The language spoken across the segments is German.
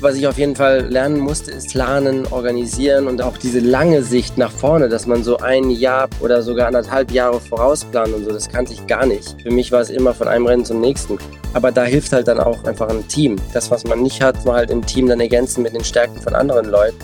Was ich auf jeden Fall lernen musste, ist planen, organisieren und auch diese lange Sicht nach vorne, dass man so ein Jahr oder sogar 1,5 Jahre vorausplant und so, das kannte ich gar nicht. Für mich war es immer von einem Rennen zum nächsten. Aber da hilft halt dann auch einfach ein Team. Das, was man nicht hat, man halt im Team dann ergänzen mit den Stärken von anderen Leuten.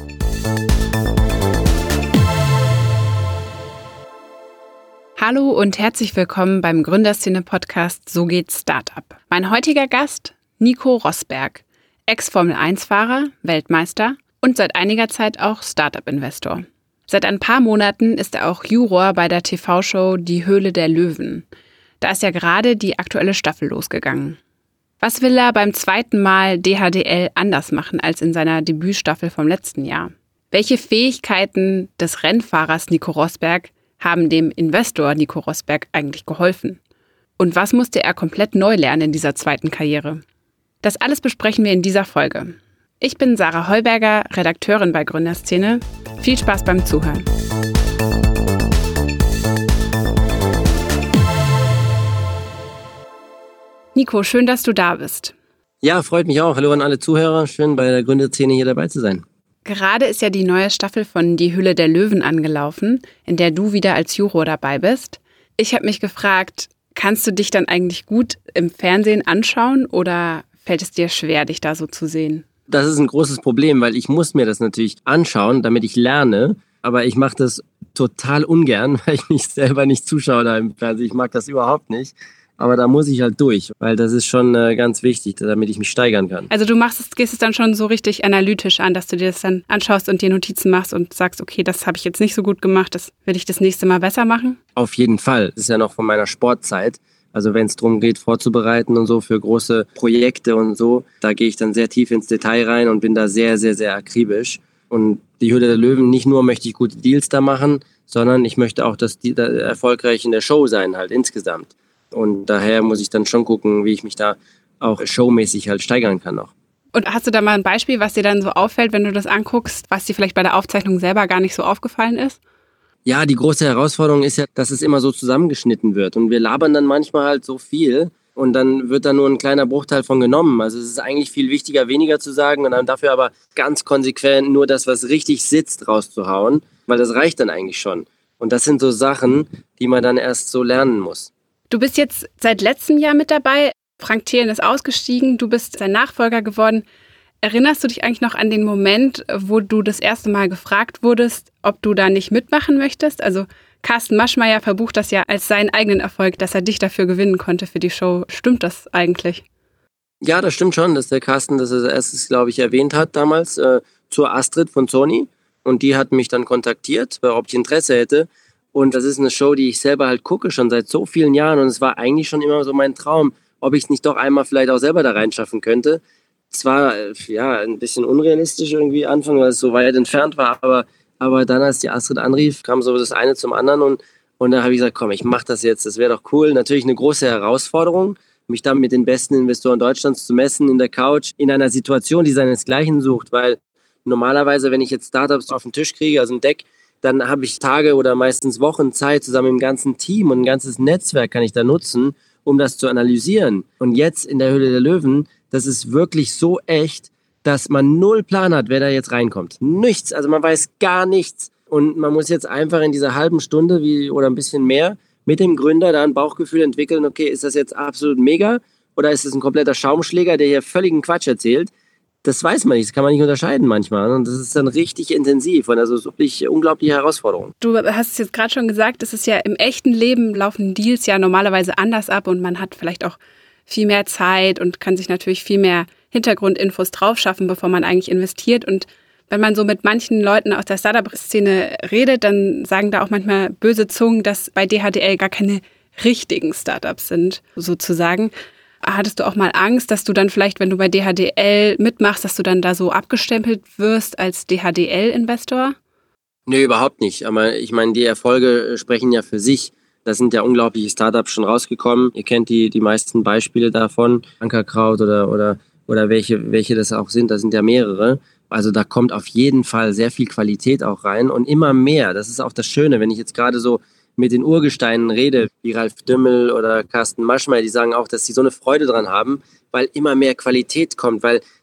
Hallo und herzlich willkommen beim Gründerszene-Podcast So geht Startup. Mein heutiger Gast, Nico Rosberg, Ex-Formel-1-Fahrer, Weltmeister und seit einiger Zeit auch Startup-Investor. Seit ein paar Monaten ist er auch Juror bei der TV-Show Die Höhle der Löwen. Da ist ja gerade die aktuelle Staffel losgegangen. Was will er beim zweiten Mal DHDL anders machen als in seiner Debütstaffel vom letzten Jahr? Welche Fähigkeiten des Rennfahrers Nico Rosberg haben dem Investor Nico Rosberg eigentlich geholfen? Und was musste er komplett neu lernen in dieser zweiten Karriere? Das alles besprechen wir in dieser Folge. Ich bin Sarah Heuberger, Redakteurin bei Gründerszene. Viel Spaß beim Zuhören. Nico, schön, dass du da bist. Ja, freut mich auch. Hallo an alle Zuhörer. Schön, bei der Gründerszene hier dabei zu sein. Gerade ist ja die neue Staffel von Die Höhle der Löwen angelaufen, in der du wieder als Juror dabei bist. Ich habe mich gefragt, kannst du dich dann eigentlich gut im Fernsehen anschauen oder fällt es dir schwer, dich da so zu sehen? Das ist ein großes Problem, weil ich muss mir das natürlich anschauen, damit ich lerne. Aber ich mache das total ungern, weil ich mich selber nicht zuschaue da im Fernsehen. Ich mag das überhaupt nicht. Aber da muss ich halt durch, weil das ist schon ganz wichtig, damit ich mich steigern kann. Also gehst es dann schon so richtig analytisch an, dass du dir das dann anschaust und dir Notizen machst und sagst, okay, das habe ich jetzt nicht so gut gemacht, das will ich das nächste Mal besser machen? Auf jeden Fall. Das ist ja noch von meiner Sportzeit. Also wenn es darum geht, vorzubereiten und so für große Projekte und so, da gehe ich dann sehr tief ins Detail rein und bin da sehr, sehr, sehr akribisch. Und die Höhle der Löwen, nicht nur möchte ich gute Deals da machen, sondern ich möchte auch, dass die da erfolgreich in der Show sein halt insgesamt. Und daher muss ich dann schon gucken, wie ich mich da auch showmäßig halt steigern kann noch. Und hast du da mal ein Beispiel, was dir dann so auffällt, wenn du das anguckst, was dir vielleicht bei der Aufzeichnung selber gar nicht so aufgefallen ist? Ja, die große Herausforderung ist ja, dass es immer so zusammengeschnitten wird. Und wir labern dann manchmal halt so viel und dann wird da nur ein kleiner Bruchteil von genommen. Also es ist eigentlich viel wichtiger, weniger zu sagen und dann dafür aber ganz konsequent nur das, was richtig sitzt, rauszuhauen, weil das reicht dann eigentlich schon. Und das sind so Sachen, die man dann erst so lernen muss. Du bist jetzt seit letztem Jahr mit dabei. Frank Thelen ist ausgestiegen, du bist sein Nachfolger geworden. Erinnerst du dich eigentlich noch an den Moment, wo du das erste Mal gefragt wurdest, ob du da nicht mitmachen möchtest? Also Carsten Maschmeyer verbucht das ja als seinen eigenen Erfolg, dass er dich dafür gewinnen konnte für die Show. Stimmt das eigentlich? Ja, das stimmt schon, dass der Carsten das als erstes, glaube ich, erwähnt hat damals zur Astrid von Sony. Und die hat mich dann kontaktiert, ob ich Interesse hätte. Und das ist eine Show, die ich selber halt gucke, schon seit so vielen Jahren. Und es war eigentlich schon immer so mein Traum, ob ich es nicht doch einmal vielleicht auch selber da reinschaffen könnte. Es war ja ein bisschen unrealistisch irgendwie Anfang, weil es so weit entfernt war. Aber dann, als die Astrid anrief, kam so das eine zum anderen. Und da habe ich gesagt, komm, ich mache das jetzt. Das wäre doch cool. Natürlich eine große Herausforderung, mich dann mit den besten Investoren Deutschlands zu messen in der Couch, in einer Situation, die seinesgleichen sucht. Weil normalerweise, wenn ich jetzt Startups auf den Tisch kriege, also ein Deck, dann habe ich Tage oder meistens Wochen Zeit zusammen mit dem ganzen Team und ein ganzes Netzwerk kann ich da nutzen, um das zu analysieren. Und jetzt in der Höhle der Löwen, das ist wirklich so echt, dass man null Plan hat, wer da jetzt reinkommt. Nichts, also man weiß gar nichts. Und man muss jetzt einfach in dieser halben Stunde oder ein bisschen mehr mit dem Gründer da ein Bauchgefühl entwickeln, okay, ist das jetzt absolut mega oder ist das ein kompletter Schaumschläger, der hier völligen Quatsch erzählt? Das weiß man nicht, das kann man nicht unterscheiden manchmal. Und das ist dann richtig intensiv und also so wirklich unglaubliche Herausforderung. Du hast es jetzt gerade schon gesagt, es ist ja im echten Leben laufen Deals ja normalerweise anders ab und man hat vielleicht auch viel mehr Zeit und kann sich natürlich viel mehr Hintergrundinfos draufschaffen, bevor man eigentlich investiert. Und wenn man so mit manchen Leuten aus der Startup-Szene redet, dann sagen da auch manchmal böse Zungen, dass bei DHDL gar keine richtigen Startups sind, sozusagen. Hattest du auch mal Angst, dass du dann vielleicht, wenn du bei DHDL mitmachst, dass du dann da so abgestempelt wirst als DHDL-Investor? Nee, überhaupt nicht. Aber ich meine, die Erfolge sprechen ja für sich. Da sind ja unglaubliche Startups schon rausgekommen. Ihr kennt die meisten Beispiele davon. Ankerkraut oder welche das auch sind. Da sind ja mehrere. Also da kommt auf jeden Fall sehr viel Qualität auch rein und immer mehr. Das ist auch das Schöne, wenn ich jetzt gerade so mit den Urgesteinen rede, wie Ralf Dümmel oder Carsten Maschmeyer, die sagen auch, dass sie so eine Freude dran haben, weil immer mehr Qualität kommt, weil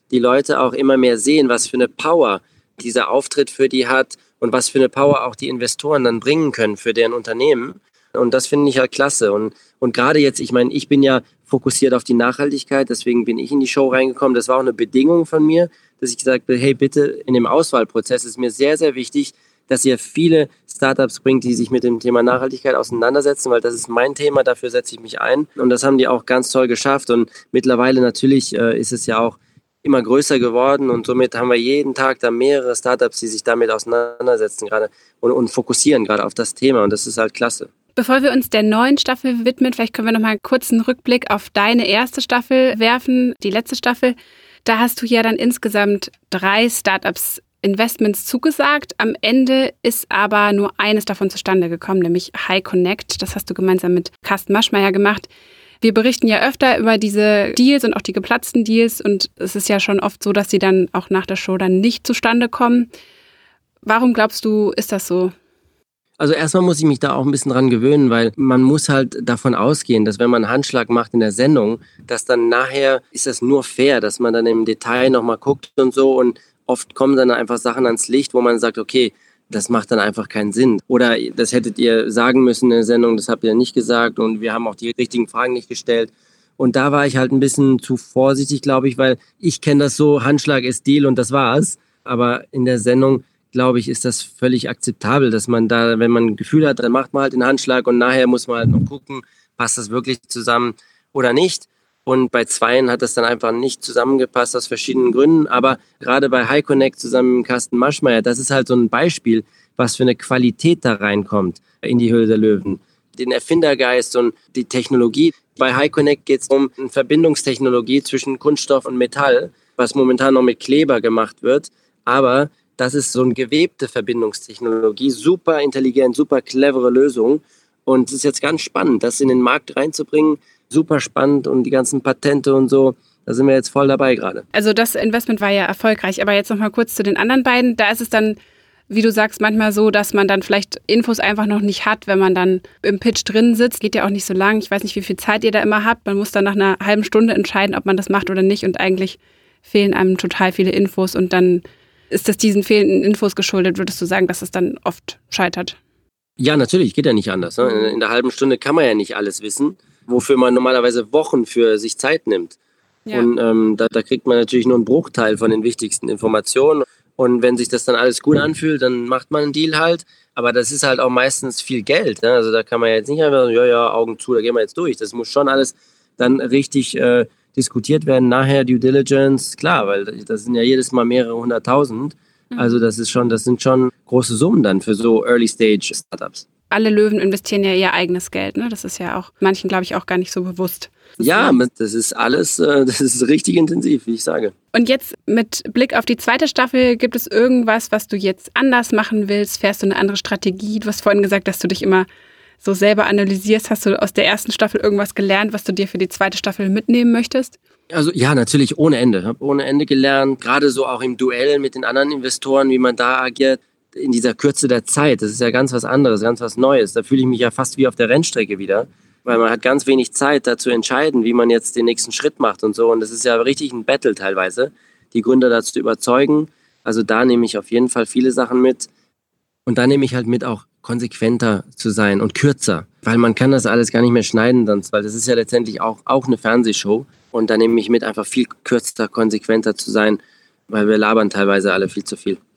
die Leute auch immer mehr sehen, was für eine Power dieser Auftritt für die hat und was für eine Power auch die Investoren dann bringen können für deren Unternehmen. Und das finde ich halt klasse. Und gerade jetzt, ich meine, ich bin ja fokussiert auf die Nachhaltigkeit, deswegen bin ich in die Show reingekommen. Das war auch eine Bedingung von mir, dass ich gesagt habe, hey, bitte, in dem Auswahlprozess ist mir sehr, sehr wichtig, dass ihr viele Startups bringt, die sich mit dem Thema Nachhaltigkeit auseinandersetzen, weil das ist mein Thema, dafür setze ich mich ein. Und das haben die auch ganz toll geschafft. Und mittlerweile natürlich ist es ja auch immer größer geworden und somit haben wir jeden Tag da mehrere Startups, die sich damit auseinandersetzen gerade und fokussieren gerade auf das Thema. Und das ist halt klasse. Bevor wir uns der neuen Staffel widmen, vielleicht können wir noch mal kurz einen Rückblick auf deine erste Staffel werfen, die letzte Staffel. Da hast du ja dann insgesamt 3 Startups Investments zugesagt. Am Ende ist aber nur eines davon zustande gekommen, nämlich HiConnect. Das hast du gemeinsam mit Carsten Maschmeyer gemacht. Wir berichten ja öfter über diese Deals und auch die geplatzten Deals und es ist ja schon oft so, dass sie dann auch nach der Show dann nicht zustande kommen. Warum glaubst du, ist das so? Also erstmal muss ich mich da auch ein bisschen dran gewöhnen, weil man muss halt davon ausgehen, dass wenn man einen Handschlag macht in der Sendung, dass dann nachher ist das nur fair, dass man dann im Detail nochmal guckt und so und oft kommen dann einfach Sachen ans Licht, wo man sagt, okay, das macht dann einfach keinen Sinn. Oder das hättet ihr sagen müssen in der Sendung, das habt ihr nicht gesagt und wir haben auch die richtigen Fragen nicht gestellt. Und da war ich halt ein bisschen zu vorsichtig, glaube ich, weil ich kenne das so, Handschlag ist Deal und das war's. Aber in der Sendung, glaube ich, ist das völlig akzeptabel, dass man da, wenn man ein Gefühl hat, dann macht man halt den Handschlag und nachher muss man halt noch gucken, passt das wirklich zusammen oder nicht. Und bei zweien hat das dann einfach nicht zusammengepasst aus verschiedenen Gründen. Aber gerade bei HiConnect zusammen mit Carsten Maschmeyer, das ist halt so ein Beispiel, was für eine Qualität da reinkommt in die Höhle der Löwen. Den Erfindergeist und die Technologie. Bei HiConnect geht es um eine Verbindungstechnologie zwischen Kunststoff und Metall, was momentan noch mit Kleber gemacht wird. Aber das ist so eine gewebte Verbindungstechnologie, super intelligent, super clevere Lösung. Und es ist jetzt ganz spannend, das in den Markt reinzubringen. Super spannend und die ganzen Patente und so, da sind wir jetzt voll dabei gerade. Also das Investment war ja erfolgreich, aber jetzt nochmal kurz zu den anderen beiden. Da ist es dann, wie du sagst, manchmal so, dass man dann vielleicht Infos einfach noch nicht hat, wenn man dann im Pitch drin sitzt. Geht ja auch nicht so lang. Ich weiß nicht, wie viel Zeit ihr da immer habt. Man muss dann nach einer halben Stunde entscheiden, ob man das macht oder nicht. Und eigentlich fehlen einem total viele Infos. Und dann ist das diesen fehlenden Infos geschuldet, würdest du sagen, dass es dann oft scheitert? Ja, natürlich, geht ja nicht anders. Ne? In der halben Stunde kann man ja nicht alles wissen, wofür man normalerweise Wochen für sich Zeit nimmt. Ja. Und da kriegt man natürlich nur einen Bruchteil von den wichtigsten Informationen. Und wenn sich das dann alles gut anfühlt, dann macht man einen Deal halt. Aber das ist halt auch meistens viel Geld. Ne? Also da kann man jetzt nicht einfach, ja, Augen zu, da gehen wir jetzt durch. Das muss schon alles dann richtig diskutiert werden. Nachher Due Diligence, klar, weil das sind ja jedes Mal mehrere 100.000. Also das sind schon große Summen dann für so Early-Stage-Startups. Alle Löwen investieren ja ihr eigenes Geld, ne? Das ist ja auch manchen, glaube ich, auch gar nicht so bewusst. Ja, das ist alles, das ist richtig intensiv, wie ich sage. Und jetzt mit Blick auf die zweite Staffel, gibt es irgendwas, was du jetzt anders machen willst? Fährst du eine andere Strategie? Du hast vorhin gesagt, dass du dich immer so selber analysierst. Hast du aus der ersten Staffel irgendwas gelernt, was du dir für die zweite Staffel mitnehmen möchtest? Also ja, natürlich ohne Ende. Ich habe ohne Ende gelernt, gerade so auch im Duell mit den anderen Investoren, wie man da agiert. In dieser Kürze der Zeit, das ist ja ganz was anderes, ganz was Neues. Da fühle ich mich ja fast wie auf der Rennstrecke wieder, weil man hat ganz wenig Zeit, da zu entscheiden, wie man jetzt den nächsten Schritt macht und so. Und das ist ja richtig ein Battle teilweise, die Gründer dazu zu überzeugen. Also da nehme ich auf jeden Fall viele Sachen mit. Und da nehme ich halt mit, auch konsequenter zu sein und kürzer, weil man kann das alles gar nicht mehr schneiden sonst, weil das ist ja letztendlich auch eine Fernsehshow. Und da nehme ich mit, einfach viel kürzer, konsequenter zu sein, weil wir labern teilweise alle viel zu viel.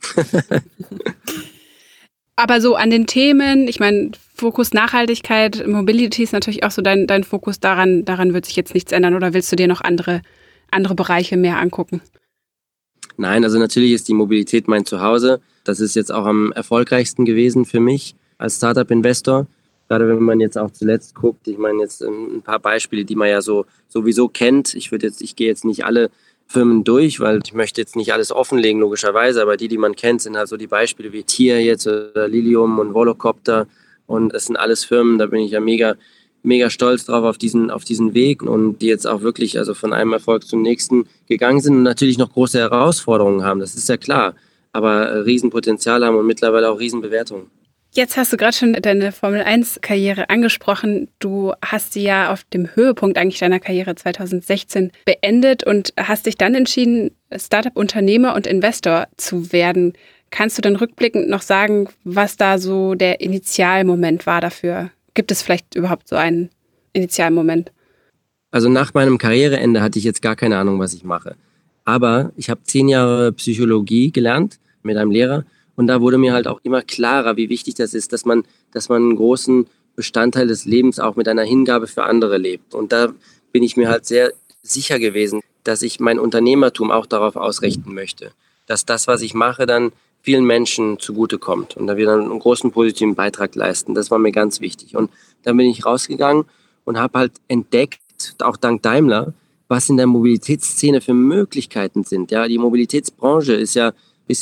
Aber so an den Themen, ich meine, Fokus Nachhaltigkeit, Mobility ist natürlich auch so dein Fokus, daran wird sich jetzt nichts ändern, oder willst du dir noch andere Bereiche mehr angucken? Nein, also natürlich ist die Mobilität mein Zuhause. Das ist jetzt auch am erfolgreichsten gewesen für mich als Startup-Investor. Gerade wenn man jetzt auch zuletzt guckt, ich meine jetzt ein paar Beispiele, die man ja sowieso kennt. Ich gehe jetzt nicht alle Firmen durch, weil ich möchte jetzt nicht alles offenlegen, logischerweise, aber die man kennt, sind halt so die Beispiele wie Tier jetzt oder Lilium und Volocopter, und das sind alles Firmen, da bin ich ja mega, mega stolz drauf auf diesen Weg, und die jetzt auch wirklich also von einem Erfolg zum nächsten gegangen sind und natürlich noch große Herausforderungen haben, das ist ja klar, aber Riesenpotenzial haben und mittlerweile auch Riesenbewertungen. Jetzt hast du gerade schon deine Formel-1-Karriere angesprochen. Du hast sie ja auf dem Höhepunkt eigentlich deiner Karriere 2016 beendet und hast dich dann entschieden, Startup-Unternehmer und Investor zu werden. Kannst du dann rückblickend noch sagen, was da so der Initialmoment war dafür? Gibt es vielleicht überhaupt so einen Initialmoment? Also nach meinem Karriereende hatte ich jetzt gar keine Ahnung, was ich mache. Aber ich habe 10 Jahre Psychologie gelernt mit einem Lehrer. Und da wurde mir halt auch immer klarer, wie wichtig das ist, dass man einen großen Bestandteil des Lebens auch mit einer Hingabe für andere lebt. Und da bin ich mir halt sehr sicher gewesen, dass ich mein Unternehmertum auch darauf ausrichten möchte. Dass das, was ich mache, dann vielen Menschen zugutekommt und da wir dann einen großen positiven Beitrag leisten. Das war mir ganz wichtig. Und dann bin ich rausgegangen und habe halt entdeckt, auch dank Daimler, was in der Mobilitätsszene für Möglichkeiten sind. Ja, die Mobilitätsbranche ist ja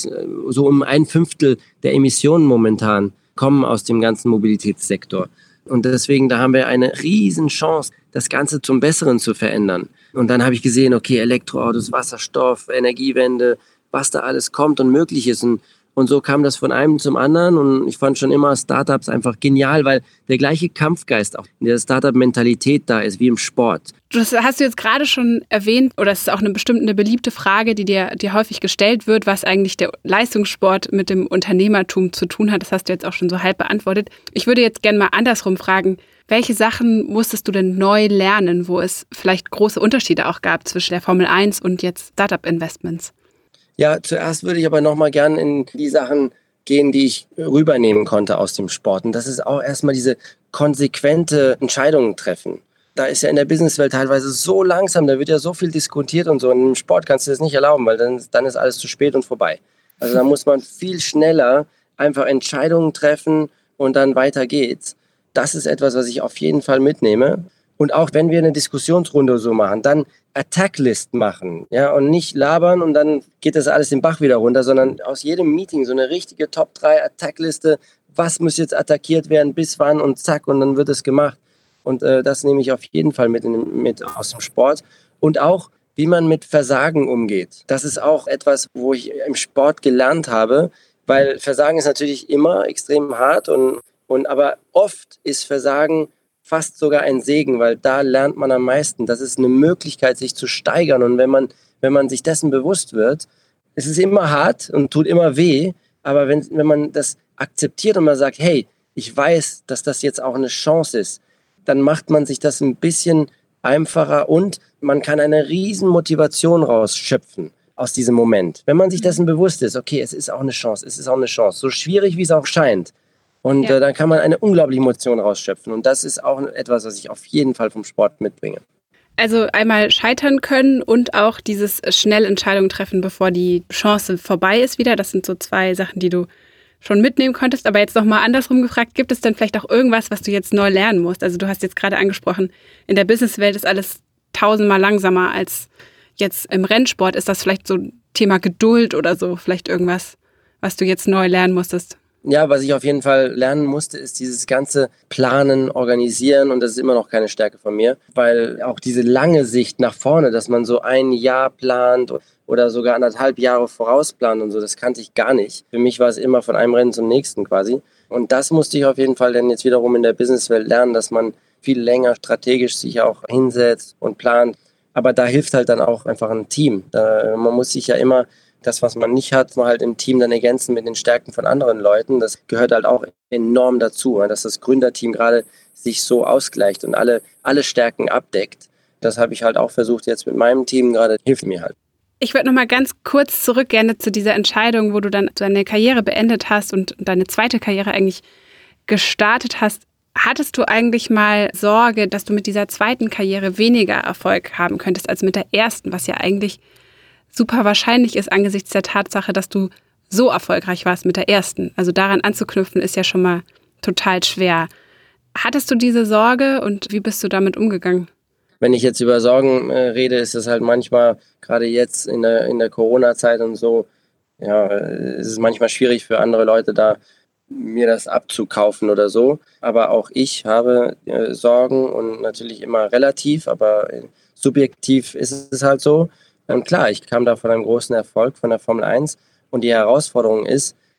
so um 1/5 der Emissionen momentan kommen aus dem ganzen Mobilitätssektor. Und deswegen, da haben wir eine riesen Chance, das Ganze zum Besseren zu verändern. Und dann habe ich gesehen, okay, Elektroautos, Wasserstoff, Energiewende, was da alles kommt und möglich ist. Und so kam das von einem zum anderen und ich fand schon immer Startups einfach genial, weil der gleiche Kampfgeist auch in der Startup-Mentalität da ist, wie im Sport. Das hast du jetzt gerade schon erwähnt, oder es ist auch eine beliebte Frage, die dir häufig gestellt wird, was eigentlich der Leistungssport mit dem Unternehmertum zu tun hat. Das hast du jetzt auch schon so halb beantwortet. Ich würde jetzt gerne mal andersrum fragen, welche Sachen musstest du denn neu lernen, wo es vielleicht große Unterschiede auch gab zwischen der Formel 1 und jetzt Startup-Investments? Ja, zuerst würde ich aber nochmal gern in die Sachen gehen, die ich rübernehmen konnte aus dem Sport. Und das ist auch erstmal diese konsequente Entscheidungen treffen. Da ist ja in der Businesswelt teilweise so langsam, da wird ja so viel diskutiert und so. Und im Sport kannst du das nicht erlauben, weil dann ist alles zu spät und vorbei. Also da muss man viel schneller einfach Entscheidungen treffen und dann weiter geht's. Das ist etwas, was ich auf jeden Fall mitnehme. Und auch wenn wir eine Diskussionsrunde so machen, dann Attacklist machen, ja, und nicht labern und dann geht das alles den Bach wieder runter, sondern aus jedem Meeting so eine richtige Top 3 Attackliste, was muss jetzt attackiert werden, bis wann und zack, und dann wird es gemacht. Und das nehme ich auf jeden Fall mit aus dem Sport. Und auch, wie man mit Versagen umgeht. Das ist auch etwas, wo ich im Sport gelernt habe, weil Versagen ist natürlich immer extrem hart aber oft ist Versagen fast sogar ein Segen, weil da lernt man am meisten. Das ist eine Möglichkeit, sich zu steigern. Und wenn man sich dessen bewusst wird, es ist immer hart und tut immer weh, aber wenn man das akzeptiert und man sagt, hey, ich weiß, dass das jetzt auch eine Chance ist, dann macht man sich das ein bisschen einfacher und man kann eine riesen Motivation rausschöpfen aus diesem Moment. Wenn man sich dessen bewusst ist, okay, es ist auch eine Chance, so schwierig wie es auch scheint. Und dann kann man eine unglaubliche Emotion rausschöpfen. Und das ist auch etwas, was ich auf jeden Fall vom Sport mitbringe. Also einmal scheitern können und auch dieses schnell Entscheidungen treffen, bevor die Chance vorbei ist wieder. Das sind so 2 Sachen, die du schon mitnehmen konntest. Aber jetzt nochmal andersrum gefragt, gibt es denn vielleicht auch irgendwas, was du jetzt neu lernen musst? Also du hast jetzt gerade angesprochen, in der Businesswelt ist alles 1000-mal langsamer als jetzt im Rennsport. Ist das vielleicht so ein Thema Geduld oder so? Vielleicht irgendwas, was du jetzt neu lernen musstest? Ja, was ich auf jeden Fall lernen musste, ist dieses ganze Planen, Organisieren und das ist immer noch keine Stärke von mir, weil auch diese lange Sicht nach vorne, dass man so ein Jahr plant oder sogar 1,5 Jahre vorausplant und so, das kannte ich gar nicht. Für mich war es immer von einem Rennen zum nächsten quasi und das musste ich auf jeden Fall dann jetzt wiederum in der Businesswelt lernen, dass man viel länger strategisch sich auch hinsetzt und plant, aber da hilft halt dann auch einfach ein Team. Man muss sich ja immer das, was man nicht hat, mal halt im Team dann ergänzen mit den Stärken von anderen Leuten. Das gehört halt auch enorm dazu, dass das Gründerteam gerade sich so ausgleicht und alle Stärken abdeckt. Das habe ich halt auch versucht jetzt mit meinem Team gerade, hilft mir halt. Ich würde noch mal ganz kurz zurück gerne zu dieser Entscheidung, wo du dann deine Karriere beendet hast und deine zweite Karriere eigentlich gestartet hast. Hattest du eigentlich mal Sorge, dass du mit dieser zweiten Karriere weniger Erfolg haben könntest als mit der ersten, was ja eigentlich super wahrscheinlich ist angesichts der Tatsache, dass du so erfolgreich warst mit der ersten. Also daran anzuknüpfen ist ja schon mal total schwer. Hattest du diese Sorge und wie bist du damit umgegangen? Wenn ich jetzt über Sorgen rede, ist es halt manchmal, gerade jetzt in der Corona-Zeit und so, ja, ist es manchmal schwierig für andere Leute da, mir das abzukaufen oder so. Aber auch ich habe Sorgen und natürlich immer relativ, aber subjektiv ist es halt so. Klar, ich kam da von einem großen Erfolg von der Formel 1 und die Herausforderung ist,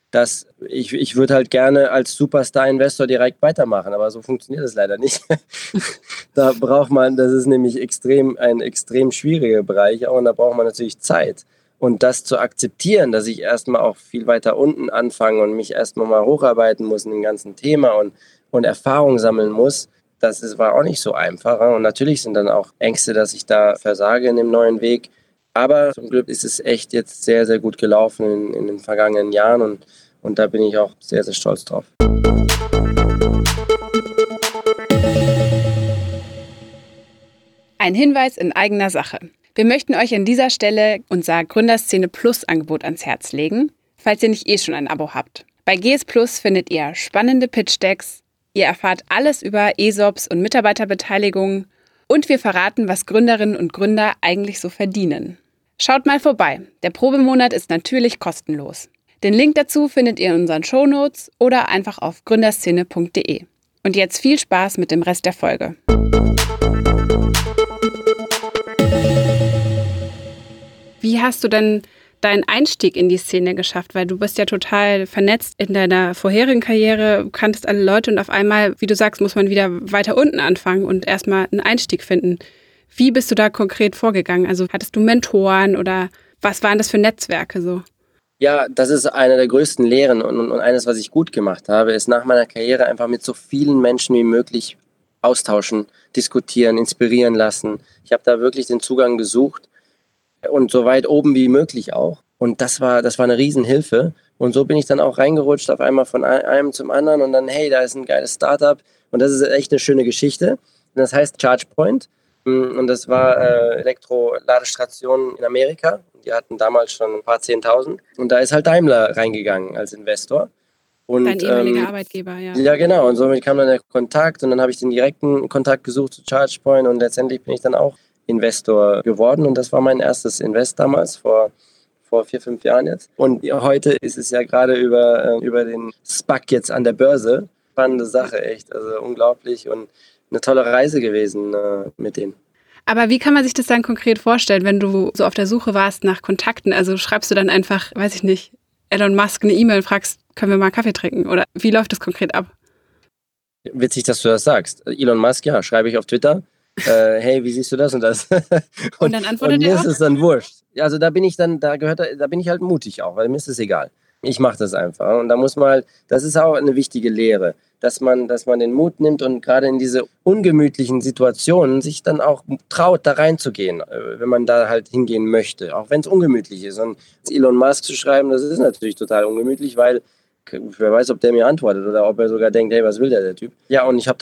dass ich würde halt gerne als Superstar-Investor direkt weitermachen, aber so funktioniert es leider nicht. Da braucht man, das ist nämlich ein extrem schwieriger Bereich auch, und da braucht man natürlich Zeit. Und das zu akzeptieren, dass ich erstmal auch viel weiter unten anfange und mich erstmal mal hocharbeiten muss in dem ganzen Thema und Erfahrung sammeln muss, war auch nicht so einfach. Und natürlich sind dann auch Ängste, dass ich da versage in dem neuen Weg. Aber zum Glück ist es echt jetzt sehr, sehr gut gelaufen in den vergangenen Jahren, und da bin ich auch sehr, sehr stolz drauf. Ein Hinweis in eigener Sache. Wir möchten euch an dieser Stelle unser Gründerszene Plus Angebot ans Herz legen, falls ihr nicht schon ein Abo habt. Bei GS Plus findet ihr spannende Pitch-Decks, ihr erfahrt alles über ESOPs und Mitarbeiterbeteiligungen und wir verraten, was Gründerinnen und Gründer eigentlich so verdienen. Schaut mal vorbei. Der Probemonat ist natürlich kostenlos. Den Link dazu findet ihr in unseren Shownotes oder einfach auf gründerszene.de. Und jetzt viel Spaß mit dem Rest der Folge. Wie hast du denn deinen Einstieg in die Szene geschafft? Weil du bist ja total vernetzt in deiner vorherigen Karriere, kanntest alle Leute und auf einmal, wie du sagst, muss man wieder weiter unten anfangen und erstmal einen Einstieg finden. Wie bist du da konkret vorgegangen? Also hattest du Mentoren oder was waren das für Netzwerke so? Ja, das ist eine der größten Lehren und eines, was ich gut gemacht habe, ist nach meiner Karriere einfach mit so vielen Menschen wie möglich austauschen, diskutieren, inspirieren lassen. Ich habe da wirklich den Zugang gesucht und so weit oben wie möglich auch. Und das war eine Riesenhilfe. Und so bin ich dann auch reingerutscht, auf einmal von einem zum anderen und dann, hey, da ist ein geiles Startup. Und das ist echt eine schöne Geschichte. Und das heißt ChargePoint. Und das war Elektroladestationen in Amerika. Die hatten damals schon ein paar 10.000. Und da ist halt Daimler reingegangen als Investor. Und, dein ehemaliger Arbeitgeber, ja. Ja, genau. Und somit kam dann der Kontakt und dann habe ich den direkten Kontakt gesucht zu ChargePoint und letztendlich bin ich dann auch Investor geworden. Und das war mein erstes Invest damals, vor 4-5 Jahren jetzt. Und heute ist es ja gerade über den SPAC jetzt an der Börse. Spannende Sache, echt. Also unglaublich und eine tolle Reise gewesen mit denen. Aber wie kann man sich das dann konkret vorstellen, wenn du so auf der Suche warst nach Kontakten? Also schreibst du dann einfach, weiß ich nicht, Elon Musk eine E-Mail und fragst, können wir mal Kaffee trinken? Oder wie läuft das konkret ab? Witzig, dass du das sagst. Elon Musk, ja, schreibe ich auf Twitter. Hey, wie siehst du das und das? Und dann antwortet er auch? Mir ist es dann wurscht. Also da bin ich halt mutig auch, weil mir ist es egal. Ich mache das einfach. Und da muss man halt, das ist auch eine wichtige Lehre, dass man den Mut nimmt und gerade in diese ungemütlichen Situationen sich dann auch traut, da reinzugehen, wenn man da halt hingehen möchte, auch wenn es ungemütlich ist. Und Elon Musk zu schreiben, das ist natürlich total ungemütlich, weil wer weiß, ob der mir antwortet oder ob er sogar denkt, hey, was will der Typ? Ja, und er hat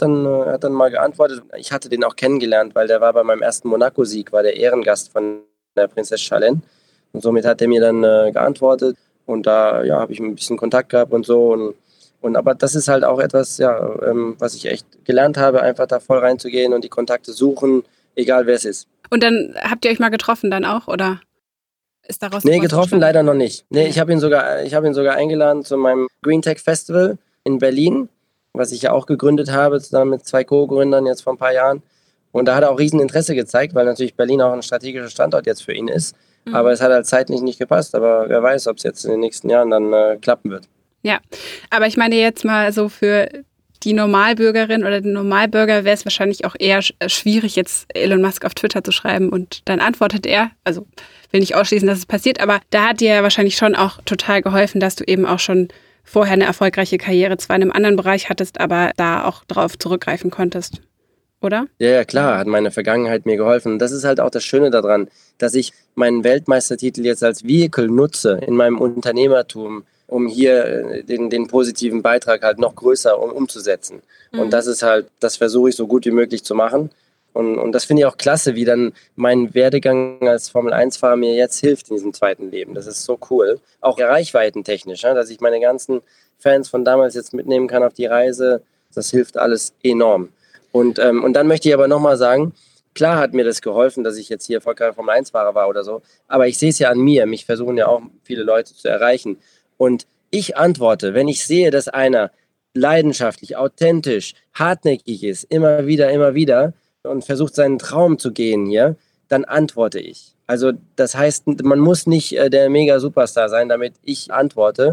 dann mal geantwortet. Ich hatte den auch kennengelernt, weil der war bei meinem ersten Monaco-Sieg, war der Ehrengast von der Prinzessin Charlene. Und somit hat er mir dann geantwortet. Und da habe ich ein bisschen Kontakt gehabt und so. Und aber das ist halt auch etwas, was ich echt gelernt habe, einfach da voll reinzugehen und die Kontakte suchen, egal wer es ist. Und dann habt ihr euch mal getroffen dann auch, oder ist daraus? Nee, getroffen leider noch nicht. Nee, ich habe ihn sogar eingeladen zu meinem Green Tech Festival in Berlin, was ich ja auch gegründet habe, zusammen mit 2 Co-Gründern jetzt vor ein paar Jahren. Und da hat er auch riesen Interesse gezeigt, weil natürlich Berlin auch ein strategischer Standort jetzt für ihn ist. Aber es hat halt zeitlich nicht gepasst. Aber wer weiß, ob es jetzt in den nächsten Jahren dann klappen wird. Ja, aber ich meine jetzt mal so für die Normalbürgerin oder den Normalbürger wäre es wahrscheinlich auch eher schwierig, jetzt Elon Musk auf Twitter zu schreiben und dann antwortet er. Also will nicht ausschließen, dass es passiert, aber da hat dir ja wahrscheinlich schon auch total geholfen, dass du eben auch schon vorher eine erfolgreiche Karriere zwar in einem anderen Bereich hattest, aber da auch drauf zurückgreifen konntest. Oder? Ja, klar, hat meine Vergangenheit mir geholfen. Und das ist halt auch das Schöne daran, dass ich meinen Weltmeistertitel jetzt als Vehikel nutze in meinem Unternehmertum, um hier den positiven Beitrag halt noch größer umzusetzen. Und das ist halt, das versuche ich so gut wie möglich zu machen. Und das finde ich auch klasse, wie dann mein Werdegang als Formel-1-Fahrer mir jetzt hilft in diesem zweiten Leben. Das ist so cool. Auch reichweitentechnisch, dass ich meine ganzen Fans von damals jetzt mitnehmen kann auf die Reise. Das hilft alles enorm. Und dann möchte ich aber nochmal sagen, klar hat mir das geholfen, dass ich jetzt hier erfolgreicher Formel-1-Fahrer war oder so. Aber ich sehe es ja an mir. Mich versuchen ja auch viele Leute zu erreichen. Und ich antworte, wenn ich sehe, dass einer leidenschaftlich, authentisch, hartnäckig ist, immer wieder und versucht, seinen Traum zu gehen hier, dann antworte ich. Also das heißt, man muss nicht der Mega-Superstar sein, damit ich antworte.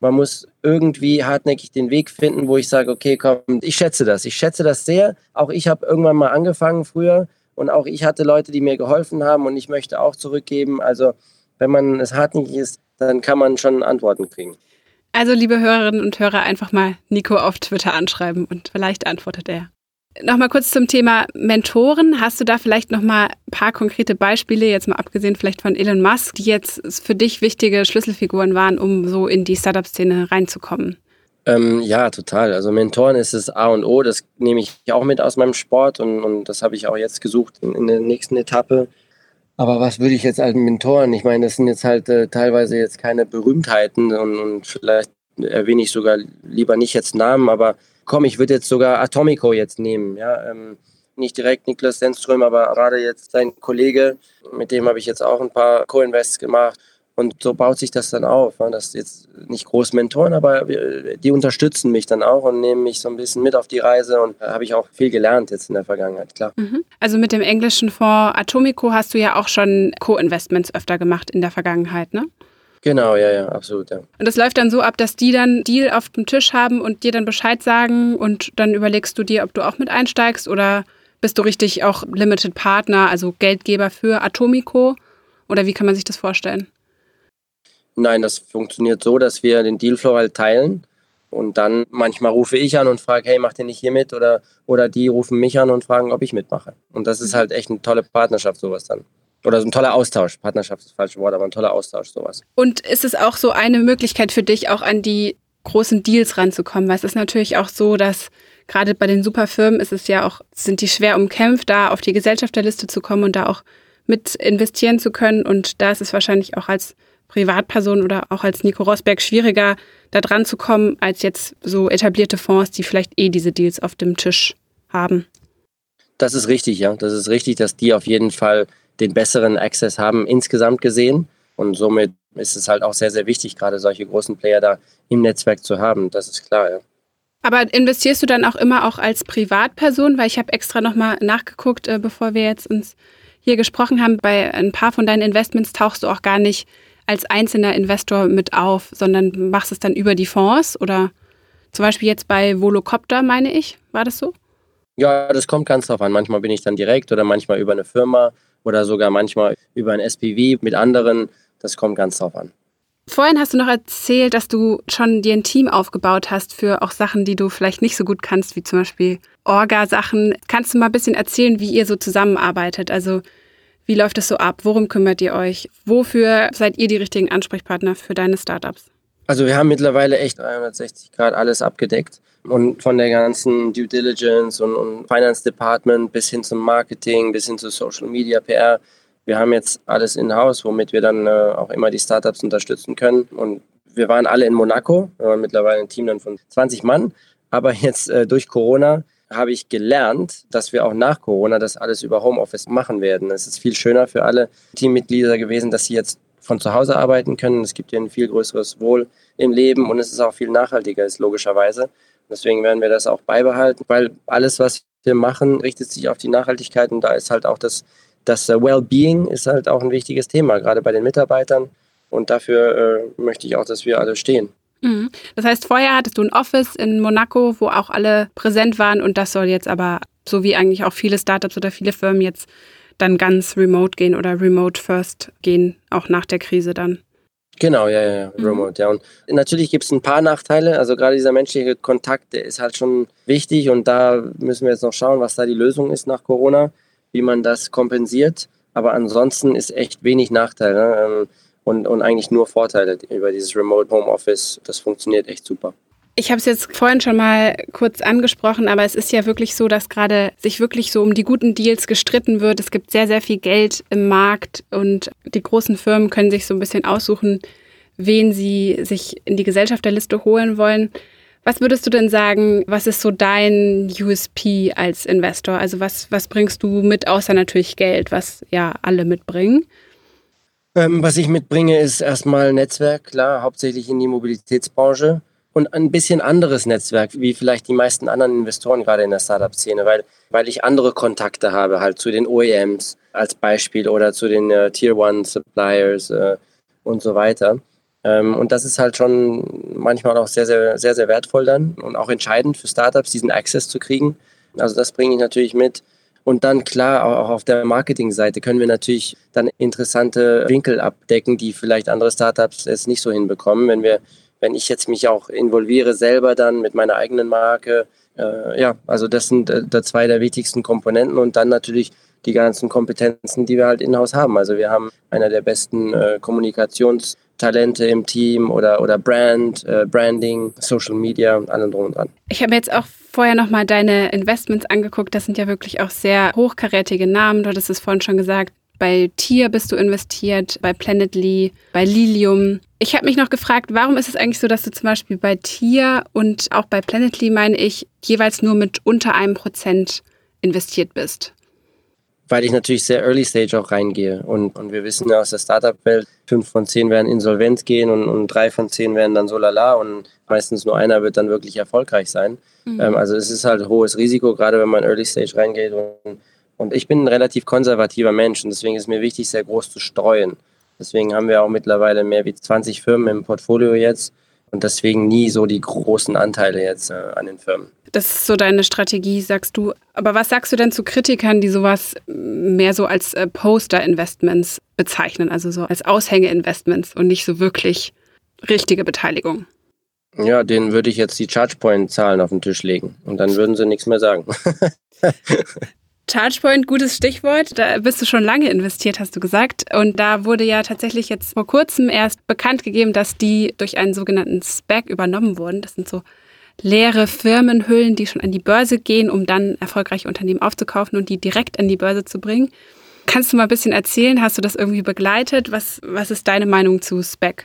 Man muss irgendwie hartnäckig den Weg finden, wo ich sage, okay, komm, ich schätze das sehr. Auch ich habe irgendwann mal angefangen früher und auch ich hatte Leute, die mir geholfen haben und ich möchte auch zurückgeben. Also wenn man es hartnäckig ist, dann kann man schon Antworten kriegen. Also, liebe Hörerinnen und Hörer, einfach mal Nico auf Twitter anschreiben und vielleicht antwortet er. Nochmal kurz zum Thema Mentoren. Hast du da vielleicht nochmal ein paar konkrete Beispiele, jetzt mal abgesehen vielleicht von Elon Musk, die jetzt für dich wichtige Schlüsselfiguren waren, um so in die Startup-Szene reinzukommen? Ja, total. Also Mentoren ist das A und O. Das nehme ich auch mit aus meinem Sport und das habe ich auch jetzt gesucht in der nächsten Etappe. Aber was würde ich jetzt als Mentoren? Ich meine, das sind jetzt halt teilweise jetzt keine Berühmtheiten und vielleicht erwähne ich sogar lieber nicht jetzt Namen, aber komm, ich würde jetzt sogar Atomico jetzt nehmen. Ja? Nicht direkt Niklas Stenström, aber gerade jetzt sein Kollege, mit dem habe ich jetzt auch ein paar Co-Invests gemacht. Und so baut sich das dann auf. Ne? Das ist jetzt nicht groß Mentoren, aber die unterstützen mich dann auch und nehmen mich so ein bisschen mit auf die Reise. Und da habe ich auch viel gelernt jetzt in der Vergangenheit, klar. Also mit dem englischen Fonds Atomico hast du ja auch schon Co-Investments öfter gemacht in der Vergangenheit, ne? Genau, ja, absolut, ja. Und das läuft dann so ab, dass die dann einen Deal auf dem Tisch haben und dir dann Bescheid sagen und dann überlegst du dir, ob du auch mit einsteigst oder bist du richtig auch Limited Partner, also Geldgeber für Atomico? Oder wie kann man sich das vorstellen? Nein, das funktioniert so, dass wir den Dealflow halt teilen und dann manchmal rufe ich an und frage, hey, macht ihr nicht hier mit? Oder die rufen mich an und fragen, ob ich mitmache. Und das ist halt echt eine tolle Partnerschaft, sowas dann. Oder so ein toller Austausch. Partnerschaft ist das falsche Wort, aber ein toller Austausch, sowas. Und ist es auch so eine Möglichkeit für dich, auch an die großen Deals ranzukommen? Weil es ist natürlich auch so, dass gerade bei den Superfirmen sind die schwer umkämpft, da auf die Gesellschafterliste zu kommen und da auch mit investieren zu können. Und da ist es wahrscheinlich auch als Privatperson oder auch als Nico Rosberg schwieriger, da dran zu kommen, als jetzt so etablierte Fonds, die vielleicht diese Deals auf dem Tisch haben. Das ist richtig, ja. Das ist richtig, dass die auf jeden Fall den besseren Access haben, insgesamt gesehen. Und somit ist es halt auch sehr, sehr wichtig, gerade solche großen Player da im Netzwerk zu haben. Das ist klar, ja. Aber investierst du dann auch immer auch als Privatperson? Weil ich habe extra nochmal nachgeguckt, bevor wir jetzt uns hier gesprochen haben. Bei ein paar von deinen Investments tauchst du auch gar nicht als einzelner Investor mit auf, sondern machst es dann über die Fonds oder zum Beispiel jetzt bei Volocopter, meine ich. War das so? Ja, das kommt ganz drauf an. Manchmal bin ich dann direkt oder manchmal über eine Firma oder sogar manchmal über ein SPV mit anderen. Das kommt ganz drauf an. Vorhin hast du noch erzählt, dass du schon dir ein Team aufgebaut hast für auch Sachen, die du vielleicht nicht so gut kannst, wie zum Beispiel Orga-Sachen. Kannst du mal ein bisschen erzählen, wie ihr so zusammenarbeitet? Also wie läuft es so ab? Worum kümmert ihr euch? Wofür seid ihr die richtigen Ansprechpartner für deine Startups? Also wir haben mittlerweile echt 360 Grad alles abgedeckt. Und von der ganzen Due Diligence und Finance Department bis hin zum Marketing, bis hin zu Social Media, PR. Wir haben jetzt alles in-house, womit wir dann auch immer die Startups unterstützen können. Und wir waren alle in Monaco. Wir waren mittlerweile ein Team dann von 20 Mann. Aber jetzt durch Corona habe ich gelernt, dass wir auch nach Corona das alles über Homeoffice machen werden. Es ist viel schöner für alle Teammitglieder gewesen, dass sie jetzt von zu Hause arbeiten können. Es gibt ihnen ein viel größeres Wohl im Leben und es ist auch viel nachhaltiger, ist logischerweise. Deswegen werden wir das auch beibehalten, weil alles, was wir machen, richtet sich auf die Nachhaltigkeit und da ist halt auch das Wellbeing ist halt auch ein wichtiges Thema, gerade bei den Mitarbeitern und dafür möchte ich auch, dass wir alle stehen. Das heißt, vorher hattest du ein Office in Monaco, wo auch alle präsent waren und das soll jetzt aber, so wie eigentlich auch viele Startups oder viele Firmen jetzt dann ganz remote gehen oder remote first gehen, auch nach der Krise dann. Genau, ja, remote, ja. Und natürlich gibt es ein paar Nachteile, also gerade dieser menschliche Kontakt, der ist halt schon wichtig und da müssen wir jetzt noch schauen, was da die Lösung ist nach Corona, wie man das kompensiert, aber ansonsten ist echt wenig Nachteil, ne? Und eigentlich nur Vorteile über dieses Remote Home Office. Das funktioniert echt super. Ich habe es jetzt vorhin schon mal kurz angesprochen, aber es ist ja wirklich so, dass gerade sich wirklich so um die guten Deals gestritten wird. Es gibt sehr, sehr viel Geld im Markt und die großen Firmen können sich so ein bisschen aussuchen, wen sie sich in die Gesellschafterliste holen wollen. Was würdest du denn sagen, was ist so dein USP als Investor? Also was bringst du mit, außer natürlich Geld, was ja alle mitbringen? Was ich mitbringe, ist erstmal Netzwerk, klar, hauptsächlich in die Mobilitätsbranche und ein bisschen anderes Netzwerk, wie vielleicht die meisten anderen Investoren gerade in der Startup-Szene, weil ich andere Kontakte habe, halt zu den OEMs als Beispiel oder zu den Tier-One-Suppliers und so weiter. Und das ist halt schon manchmal auch sehr, sehr, sehr, sehr wertvoll dann und auch entscheidend für Startups, diesen Access zu kriegen. Also das bringe ich natürlich mit. Und dann klar, auch auf der Marketingseite können wir natürlich dann interessante Winkel abdecken, die vielleicht andere Startups es nicht so hinbekommen. Wenn ich jetzt mich auch involviere selber dann mit meiner eigenen Marke, also das sind zwei der wichtigsten Komponenten und dann natürlich die ganzen Kompetenzen, die wir halt in-house haben. Also wir haben einer der besten Kommunikationstalente im Team oder Branding, Social Media, allem drum und dran. Ich habe mir jetzt auch vorher nochmal deine Investments angeguckt. Das sind ja wirklich auch sehr hochkarätige Namen. Du hattest es vorhin schon gesagt. Bei Tier bist du investiert, bei Planetly, bei Lilium. Ich habe mich noch gefragt, warum ist es eigentlich so, dass du zum Beispiel bei Tier und auch bei Planetly, meine ich, jeweils nur mit unter 1% investiert bist? Weil ich natürlich sehr early stage auch reingehe. Und wir wissen ja aus der Startup-Welt, 5 von 10 werden insolvent gehen und 3 von 10 werden dann so lala und meistens nur einer wird dann wirklich erfolgreich sein. Also es ist halt hohes Risiko, gerade wenn man early stage reingeht. Und ich bin ein relativ konservativer Mensch und deswegen ist mir wichtig, sehr groß zu streuen. Deswegen haben wir auch mittlerweile mehr wie 20 Firmen im Portfolio jetzt und deswegen nie so die großen Anteile jetzt an den Firmen. Das ist so deine Strategie, sagst du. Aber was sagst du denn zu Kritikern, die sowas mehr so als Poster-Investments bezeichnen, also so als Aushänge-Investments und nicht so wirklich richtige Beteiligung? Ja, denen würde ich jetzt die ChargePoint-Zahlen auf den Tisch legen und dann würden sie nichts mehr sagen. ChargePoint, gutes Stichwort. Da bist du schon lange investiert, hast du gesagt. Und da wurde ja tatsächlich jetzt vor kurzem erst bekannt gegeben, dass die durch einen sogenannten SPAC übernommen wurden. Das sind so leere Firmenhüllen, die schon an die Börse gehen, um dann erfolgreiche Unternehmen aufzukaufen und die direkt an die Börse zu bringen. Kannst du mal ein bisschen erzählen? Hast du das irgendwie begleitet? Was ist deine Meinung zu SPAC?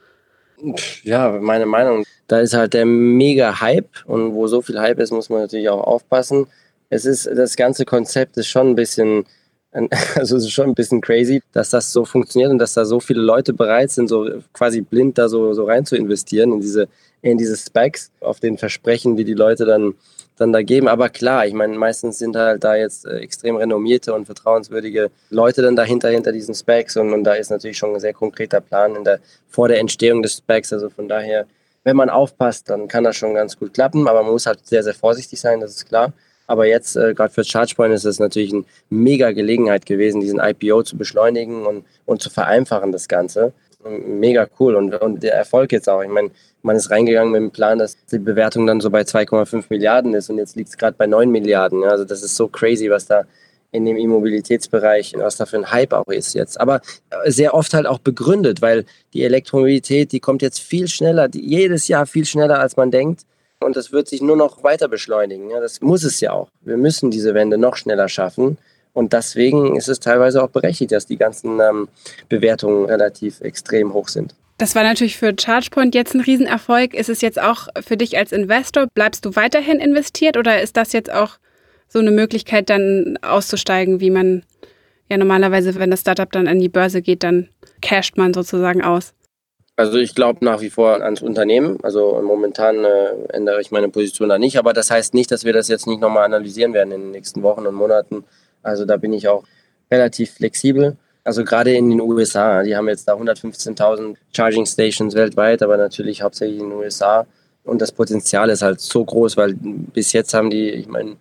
Ja, meine Meinung, da ist halt der mega Hype und wo so viel Hype ist, muss man natürlich auch aufpassen. Das ganze Konzept ist schon ein bisschen, also es ist schon ein bisschen crazy, dass das so funktioniert und dass da so viele Leute bereit sind, so quasi blind da so rein zu investieren in diese Specs, auf den Versprechen, die die Leute dann da geben. Aber klar, ich meine, meistens sind halt da jetzt extrem renommierte und vertrauenswürdige Leute dann dahinter, hinter diesen Specs und da ist natürlich schon ein sehr konkreter Plan vor der Entstehung des Specs. Also von daher, wenn man aufpasst, dann kann das schon ganz gut klappen, aber man muss halt sehr, sehr vorsichtig sein, das ist klar. Aber jetzt, gerade für ChargePoint, ist es natürlich eine mega Gelegenheit gewesen, diesen IPO zu beschleunigen und zu vereinfachen, das Ganze. Mega cool und der Erfolg jetzt auch. Ich meine, man ist reingegangen mit dem Plan, dass die Bewertung dann so bei 2,5 Milliarden ist und jetzt liegt es gerade bei 9 Milliarden. Ja, also das ist so crazy, was da in dem E-Mobilitätsbereich, was da für ein Hype auch ist jetzt. Aber sehr oft halt auch begründet, weil die Elektromobilität, die kommt jetzt viel schneller, jedes Jahr viel schneller, als man denkt. Und das wird sich nur noch weiter beschleunigen. Ja, das muss es ja auch. Wir müssen diese Wende noch schneller schaffen. Und deswegen ist es teilweise auch berechtigt, dass die ganzen Bewertungen relativ extrem hoch sind. Das war natürlich für ChargePoint jetzt ein Riesenerfolg. Ist es jetzt auch für dich als Investor, bleibst du weiterhin investiert oder ist das jetzt auch so eine Möglichkeit, dann auszusteigen, wie man ja normalerweise, wenn das Startup dann an die Börse geht, dann casht man sozusagen aus? Also ich glaube nach wie vor ans Unternehmen. Also momentan ändere ich meine Position da nicht. Aber das heißt nicht, dass wir das jetzt nicht nochmal analysieren werden in den nächsten Wochen und Monaten. Also da bin ich auch relativ flexibel. Also gerade in den USA, die haben jetzt da 115.000 Charging Stations weltweit, aber natürlich hauptsächlich in den USA. Und das Potenzial ist halt so groß, weil bis jetzt haben die, ich meine,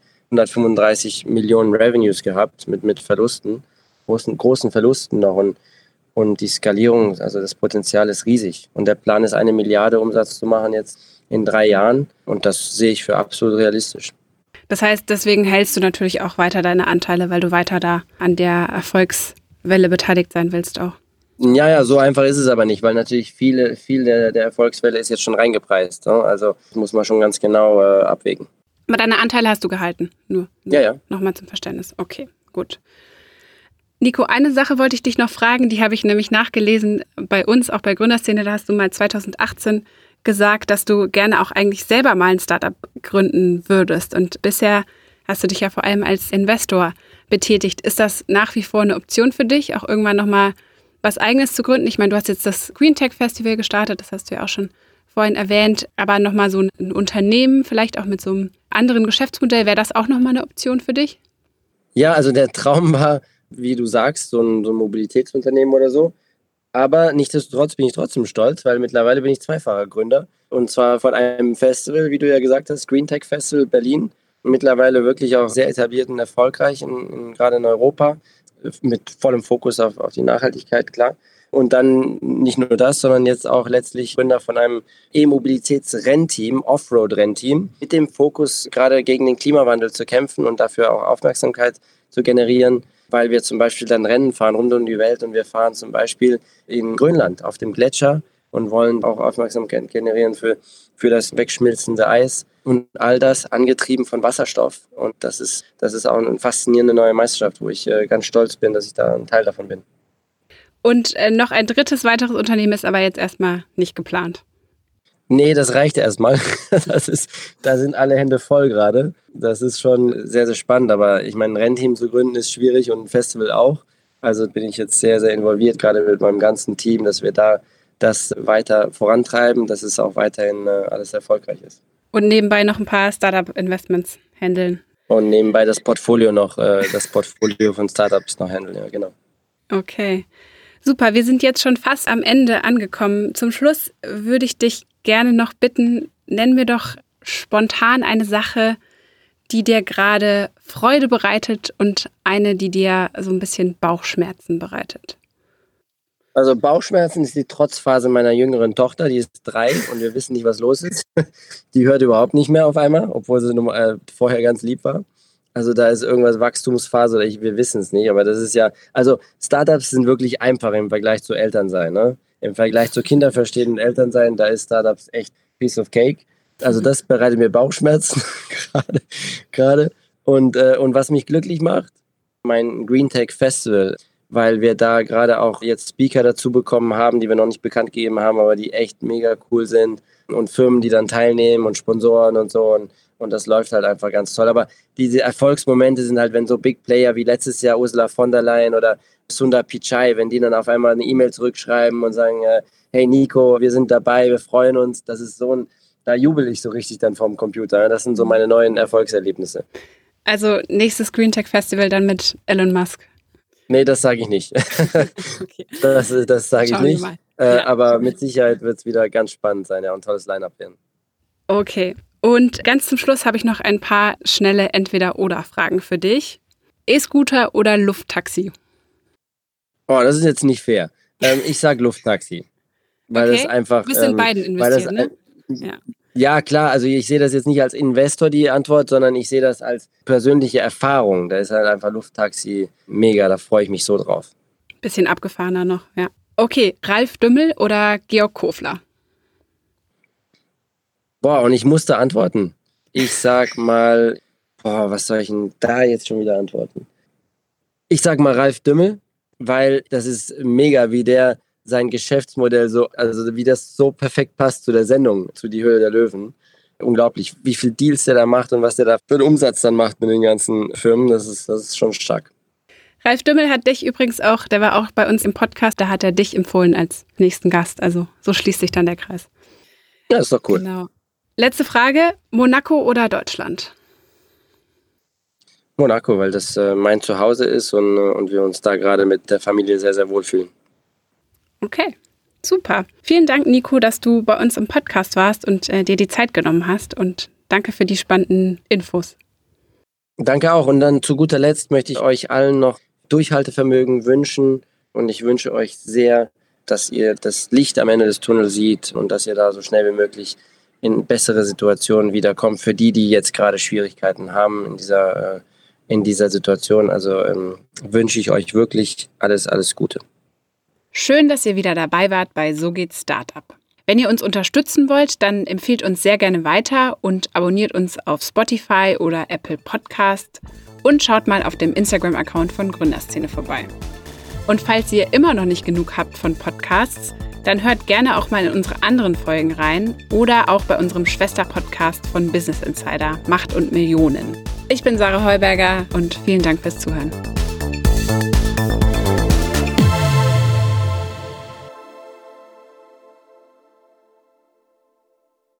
135 Millionen Revenues gehabt mit Verlusten, großen Verlusten noch. Und die Skalierung, also das Potenzial ist riesig. Und der Plan ist, 1 Milliarde Umsatz zu machen jetzt in 3 Jahren. Und das sehe ich für absolut realistisch. Das heißt, deswegen hältst du natürlich auch weiter deine Anteile, weil du weiter da an der Erfolgswelle beteiligt sein willst auch. Ja, so einfach ist es aber nicht, weil natürlich viel der Erfolgswelle ist jetzt schon reingepreist. Ne? Also das muss man schon ganz genau abwägen. Aber deine Anteile hast du gehalten? Nur ja. Nochmal zum Verständnis. Okay, gut. Nico, eine Sache wollte ich dich noch fragen, die habe ich nämlich nachgelesen bei uns, auch bei Gründerszene. Da hast du mal 2018 gesagt, dass du gerne auch eigentlich selber mal ein Startup gründen würdest. Und bisher hast du dich ja vor allem als Investor betätigt. Ist das nach wie vor eine Option für dich, auch irgendwann nochmal was Eigenes zu gründen? Ich meine, du hast jetzt das Green Tech Festival gestartet, das hast du ja auch schon vorhin erwähnt. Aber nochmal so ein Unternehmen, vielleicht auch mit so einem anderen Geschäftsmodell, wäre das auch nochmal eine Option für dich? Ja, also der Traum war, wie du sagst, so ein Mobilitätsunternehmen oder so. Aber nichtsdestotrotz bin ich trotzdem stolz, weil mittlerweile bin ich zweifacher Gründer. Und zwar von einem Festival, wie du ja gesagt hast, Green Tech Festival Berlin. Mittlerweile wirklich auch sehr etabliert und erfolgreich, gerade in Europa, mit vollem Fokus auf die Nachhaltigkeit, klar. Und dann nicht nur das, sondern jetzt auch letztlich Gründer von einem E-Mobilitäts-Rennteam, Offroad-Rennteam, mit dem Fokus, gerade gegen den Klimawandel zu kämpfen und dafür auch Aufmerksamkeit zu generieren, weil wir zum Beispiel dann Rennen fahren rund um die Welt und wir fahren zum Beispiel in Grönland auf dem Gletscher und wollen auch Aufmerksamkeit generieren für das wegschmilzende Eis und all das angetrieben von Wasserstoff. Und das ist auch eine faszinierende neue Meisterschaft, wo ich ganz stolz bin, dass ich da ein Teil davon bin. Und noch ein weiteres Unternehmen ist aber jetzt erstmal nicht geplant. Nee, das reicht erstmal. Da sind alle Hände voll gerade. Das ist schon sehr, sehr spannend. Aber ich meine, ein Rennteam zu gründen ist schwierig und ein Festival auch. Also bin ich jetzt sehr, sehr involviert, gerade mit meinem ganzen Team, dass wir da das weiter vorantreiben, dass es auch weiterhin alles erfolgreich ist. Und nebenbei noch ein paar Startup-Investments handeln. Und nebenbei das Portfolio von Startups noch handeln, ja, genau. Okay. Super, wir sind jetzt schon fast am Ende angekommen. Zum Schluss würde ich dich gerne noch bitten, nenn mir doch spontan eine Sache, die dir gerade Freude bereitet und eine, die dir so ein bisschen Bauchschmerzen bereitet. Also Bauchschmerzen ist die Trotzphase meiner jüngeren Tochter, die ist 3 und wir wissen nicht, was los ist. Die hört überhaupt nicht mehr auf einmal, obwohl sie vorher ganz lieb war. Also da ist irgendwas Wachstumsphase oder wir wissen es nicht, aber das ist ja, also Startups sind wirklich einfach im Vergleich zu Elternsein, ne? Im Vergleich zu Kinderverstehen und Elternsein, da ist Startups echt piece of cake. Also das bereitet mir Bauchschmerzen gerade. Und was mich glücklich macht, mein Green Tech Festival, weil wir da gerade auch jetzt Speaker dazu bekommen haben, die wir noch nicht bekannt gegeben haben, aber die echt mega cool sind und Firmen, die dann teilnehmen und Sponsoren und so und das läuft halt einfach ganz toll. Aber diese Erfolgsmomente sind halt, wenn so Big Player wie letztes Jahr Ursula von der Leyen oder Sundar Pichai, wenn die dann auf einmal eine E-Mail zurückschreiben und sagen, hey Nico, wir sind dabei, wir freuen uns, das ist so da jubel ich so richtig dann vorm Computer. Das sind so meine neuen Erfolgserlebnisse. Also nächstes Green Tech Festival dann mit Elon Musk. Nee, das sage ich nicht. Okay. Das sage ich nicht. Ja. Aber mit Sicherheit wird es wieder ganz spannend sein, ja, und ein tolles Line-Up werden. Okay. Und ganz zum Schluss habe ich noch ein paar schnelle Entweder-oder-Fragen für dich. E-Scooter oder Lufttaxi? Oh, das ist jetzt nicht fair. Ich sage Lufttaxi. Weil okay. es einfach. Du bist in beiden investiert, ne? Ja. Ja, klar, also ich sehe das jetzt nicht als Investor, die Antwort, sondern ich sehe das als persönliche Erfahrung. Da ist halt einfach Lufttaxi mega, da freue ich mich so drauf. Bisschen abgefahrener noch, ja. Okay, Ralf Dümmel oder Georg Kofler? Boah, und ich musste antworten. Ich sag mal, was soll ich denn da jetzt schon wieder antworten? Ich sag mal Ralf Dümmel, weil das ist mega, wie der sein Geschäftsmodell also wie das so perfekt passt zu der Sendung, zu Die Höhle der Löwen. Unglaublich, wie viel Deals der da macht und was der da für einen Umsatz dann macht mit den ganzen Firmen, das ist schon stark. Ralf Dümmel hat dich übrigens auch, der war auch bei uns im Podcast, da hat er dich empfohlen als nächsten Gast, also so schließt sich dann der Kreis. Ja, ist doch cool. Genau. Letzte Frage, Monaco oder Deutschland? Monaco, weil das mein Zuhause ist und wir uns da gerade mit der Familie sehr, sehr wohlfühlen. Okay, super. Vielen Dank, Nico, dass du bei uns im Podcast warst und dir die Zeit genommen hast und danke für die spannenden Infos. Danke auch und dann zu guter Letzt möchte ich euch allen noch Durchhaltevermögen wünschen und ich wünsche euch sehr, dass ihr das Licht am Ende des Tunnels seht und dass ihr da so schnell wie möglich in bessere Situationen wiederkommt für die jetzt gerade Schwierigkeiten haben in dieser Situation. Also wünsche ich euch wirklich alles, alles Gute. Schön, dass ihr wieder dabei wart bei So geht's Startup. Wenn ihr uns unterstützen wollt, dann empfehlt uns sehr gerne weiter und abonniert uns auf Spotify oder Apple Podcast und schaut mal auf dem Instagram-Account von Gründerszene vorbei. Und falls ihr immer noch nicht genug habt von Podcasts, dann hört gerne auch mal in unsere anderen Folgen rein oder auch bei unserem Schwester-Podcast von Business Insider, Macht und Millionen. Ich bin Sarah Heuberger und vielen Dank fürs Zuhören.